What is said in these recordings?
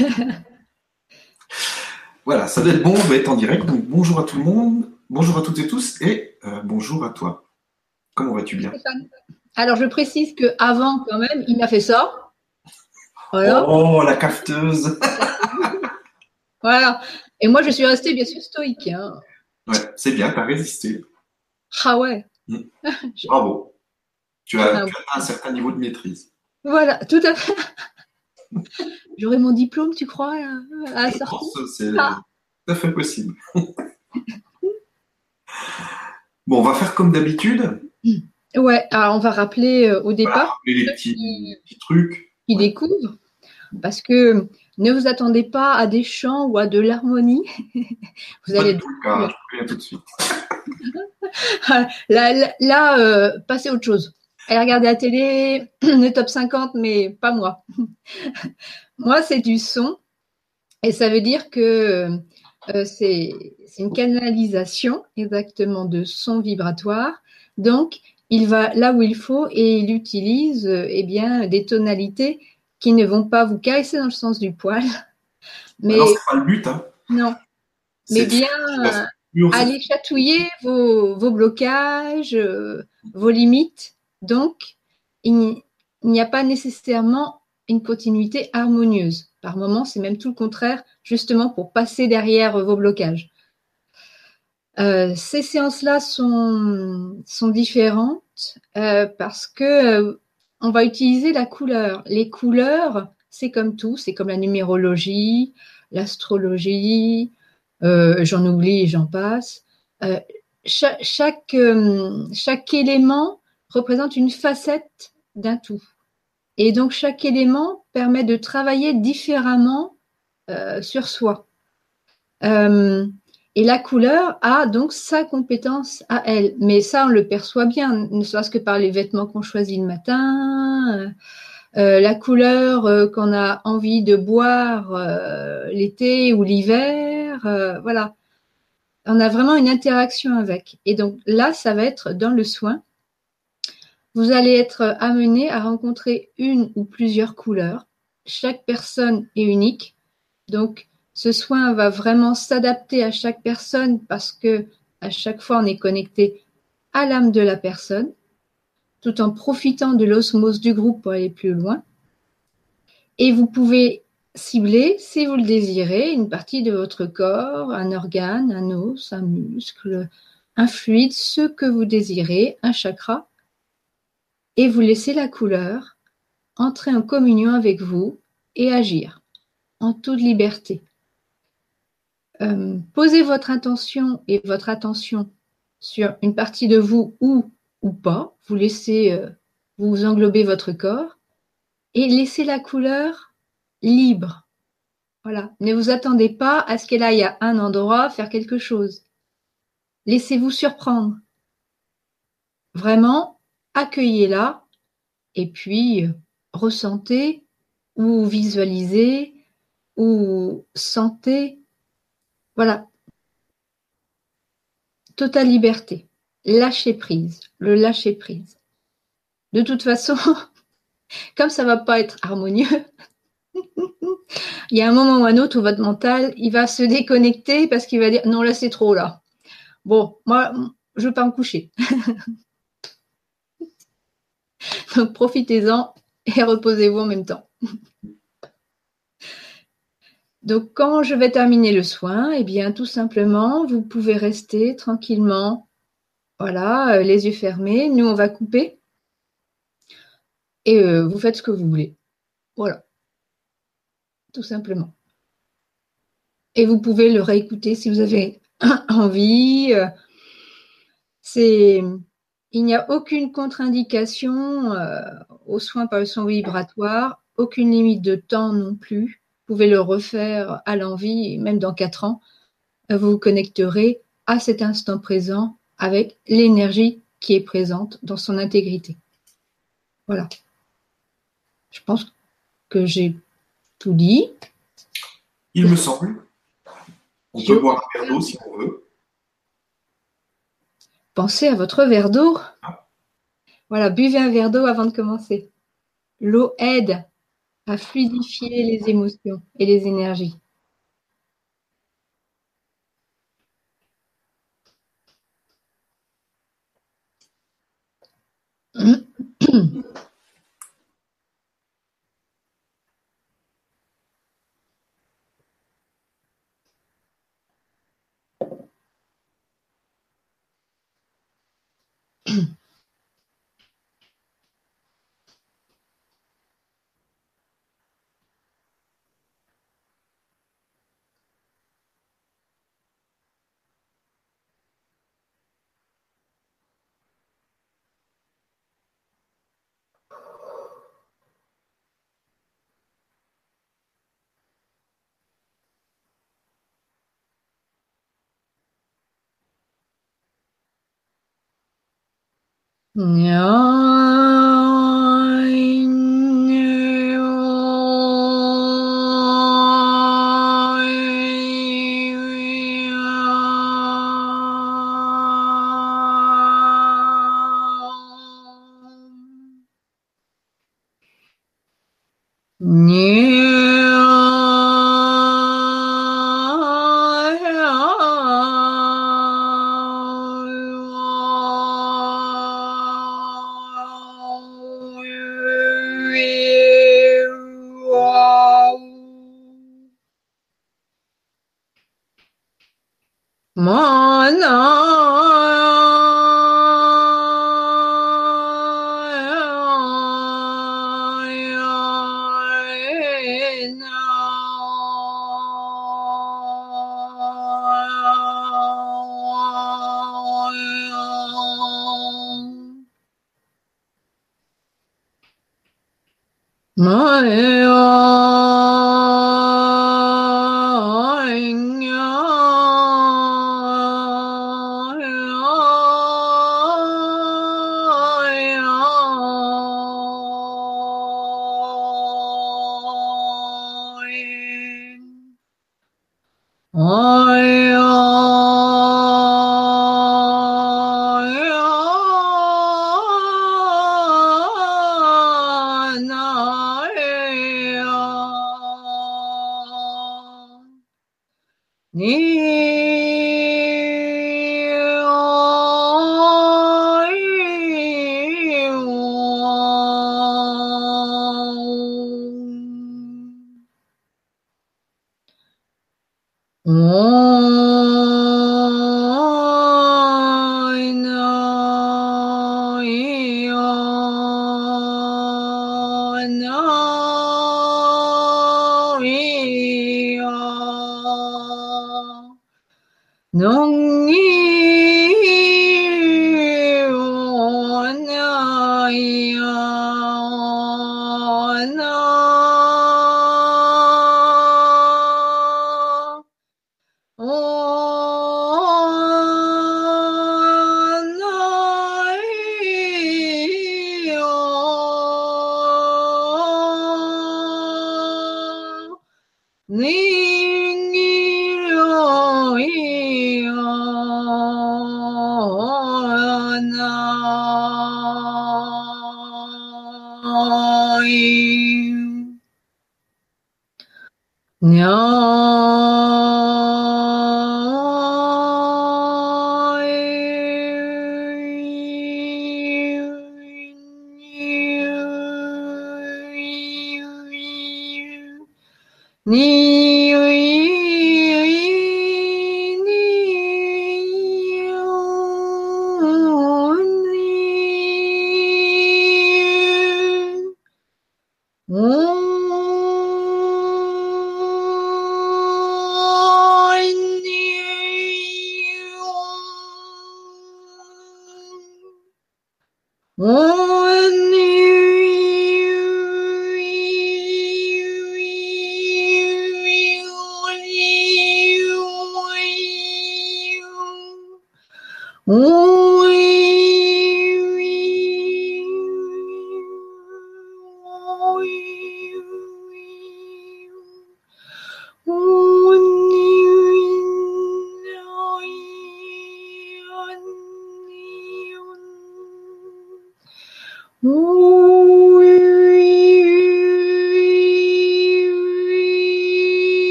Voilà, ça doit être bon, on va être en direct. Donc bonjour à tout le monde, bonjour à toutes et tous et bonjour à toi. Comment vas-tu bien? Stéphane. Alors, je précise qu'avant, quand même, il m'a fait ça. Voilà. Oh, la cafeteuse! Voilà. Et moi, je suis restée, bien sûr, stoïque, hein. Ouais, c'est bien, t'as résisté. Ah ouais. Mm. J'ai Bravo. Tu j'ai as, un... tu as un certain niveau de maîtrise. Voilà, tout à fait. J'aurai mon diplôme, tu crois, là, à la Je sortie? pense que c'est Ah. tout à fait possible. Bon, on va faire comme d'habitude. Ouais, alors on va rappeler au Voilà, départ rappeler les ceux petits trucs. qui Ouais, découvrent, parce que ne vous attendez pas à des chants ou à de l'harmonie. Vous pas allez du être tout le cas, déçus. je te préviens tout de suite. Passez à autre chose. Allez regarder la télé, le top 50, mais pas moi. Moi, c'est du son, et ça veut dire que c'est une canalisation exactement de son vibratoire. Donc, il va là où il faut et il utilise eh bien, des tonalités qui ne vont pas vous caresser dans le sens du poil, Ah non, mais c'est pas le but, hein. non, mais C'est de bien faire quelque chose. Pur, c'est de aller faire quelque chose. chatouiller vos blocages, vos limites. Donc, il n'y a pas nécessairement une continuité harmonieuse. Par moments, c'est même tout le contraire, justement pour passer derrière vos blocages. Ces séances-là sont différentes parce que on va utiliser la couleur. Les couleurs, c'est comme tout, c'est comme la numérologie, l'astrologie, j'en oublie et j'en passe. Euh, chaque élément représente une facette d'un tout. Et donc chaque élément permet de travailler différemment sur soi. Euh, et la couleur a donc sa compétence à elle. Mais ça, on le perçoit bien, ne serait-ce que par les vêtements qu'on choisit le matin, la couleur qu'on a envie de boire l'été ou l'hiver. Voilà. On a vraiment une interaction avec. Et donc là, ça va être dans le soin. Vous allez être amené à rencontrer une ou plusieurs couleurs. Chaque personne est unique. Donc, ce soin va vraiment s'adapter à chaque personne parce que à chaque fois, on est connecté à l'âme de la personne, tout en profitant de l'osmose du groupe pour aller plus loin. Et vous pouvez cibler, si vous le désirez, une partie de votre corps, un organe, un os, un muscle, un fluide, ce que vous désirez, un chakra, et vous laissez la couleur entrer en communion avec vous et agir en toute liberté. Posez votre intention et votre attention sur une partie de vous ou pas. Vous laissez vous englober votre corps et laissez la couleur libre. Voilà. Ne vous attendez pas à ce qu'elle aille à un endroit faire quelque chose. Laissez-vous surprendre. Vraiment, accueillez-la et puis ressentez ou visualisez ou sentez. Voilà, totale liberté. Lâcher prise, le lâcher prise. De toute façon, comme ça va pas être harmonieux, il y a un moment ou un autre où votre mental, il va se déconnecter parce qu'il va dire non, là c'est trop là. Bon, moi, je veux pas me coucher. Donc profitez-en et reposez-vous en même temps. Donc quand je vais terminer le soin, eh bien tout simplement, vous pouvez rester tranquillement, voilà, les yeux fermés. Nous, on va couper et vous faites ce que vous voulez. Voilà, tout simplement. Et vous pouvez le réécouter si vous avez envie. C'est, il n'y a aucune contre-indication aux soins par le son vibratoire, aucune limite de temps non plus. Vous pouvez le refaire à l'envie, même dans 4 ans. Vous vous connecterez à cet instant présent avec l'énergie qui est présente dans son intégrité. Voilà. Je pense que j'ai tout dit. Il me semble. On J'ai peut oublié boire un de verre faire. d'eau si on veut. Pensez à votre verre d'eau. Ah, Voilà, buvez un verre d'eau avant de commencer. L'eau aide à fluidifier les émotions et les énergies.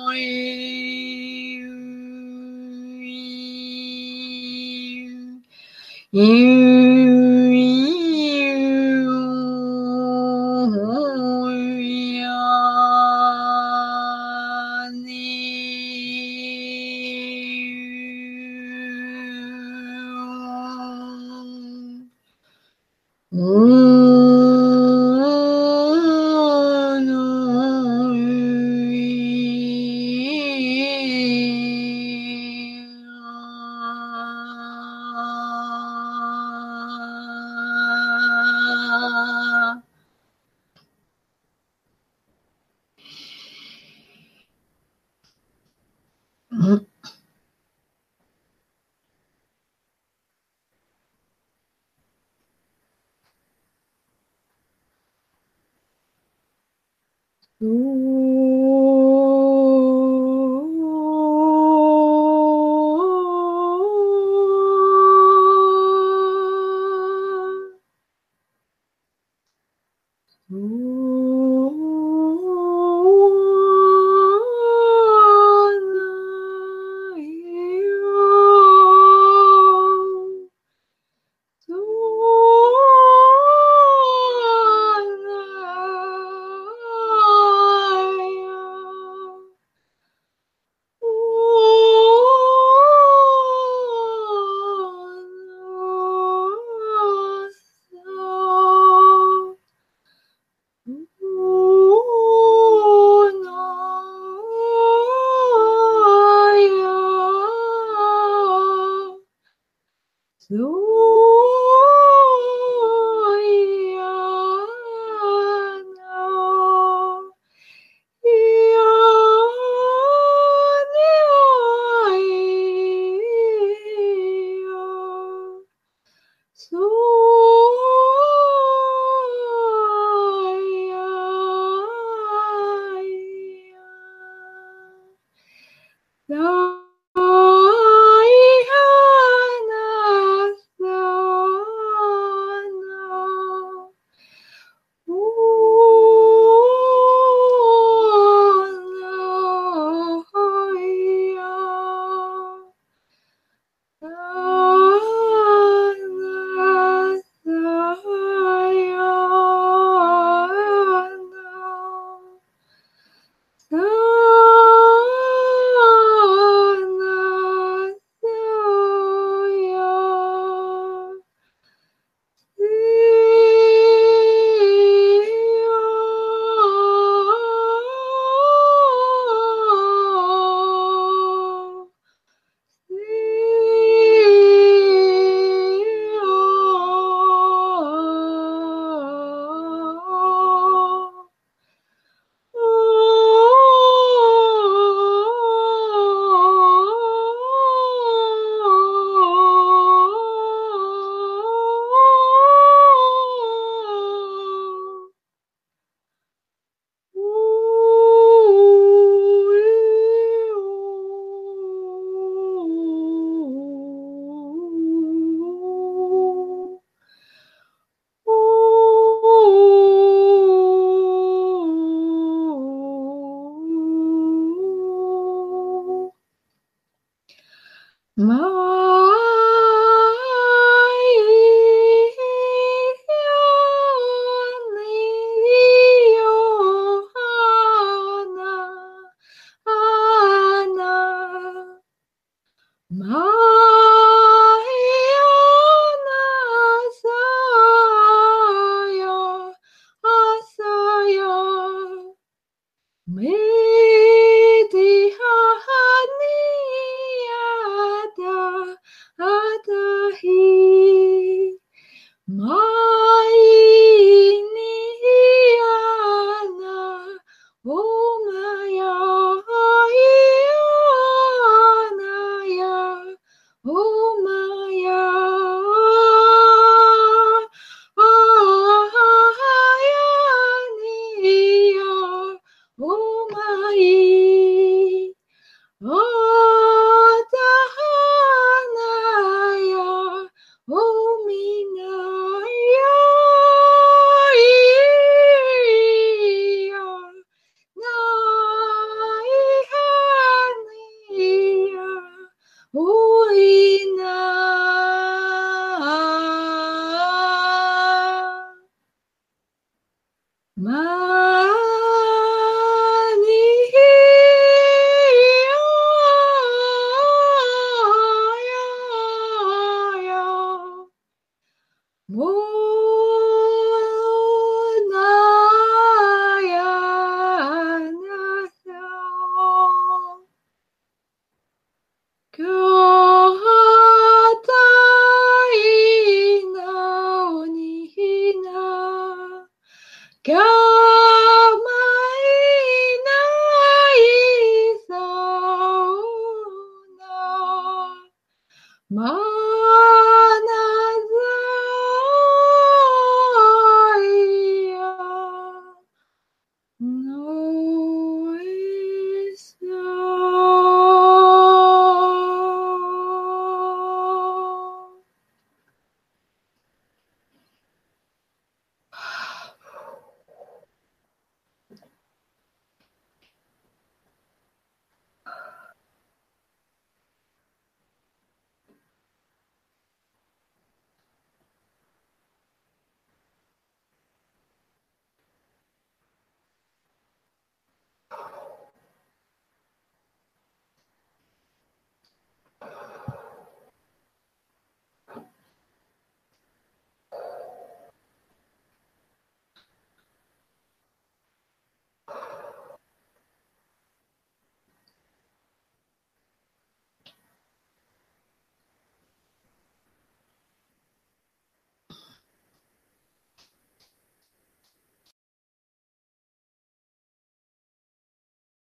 Ma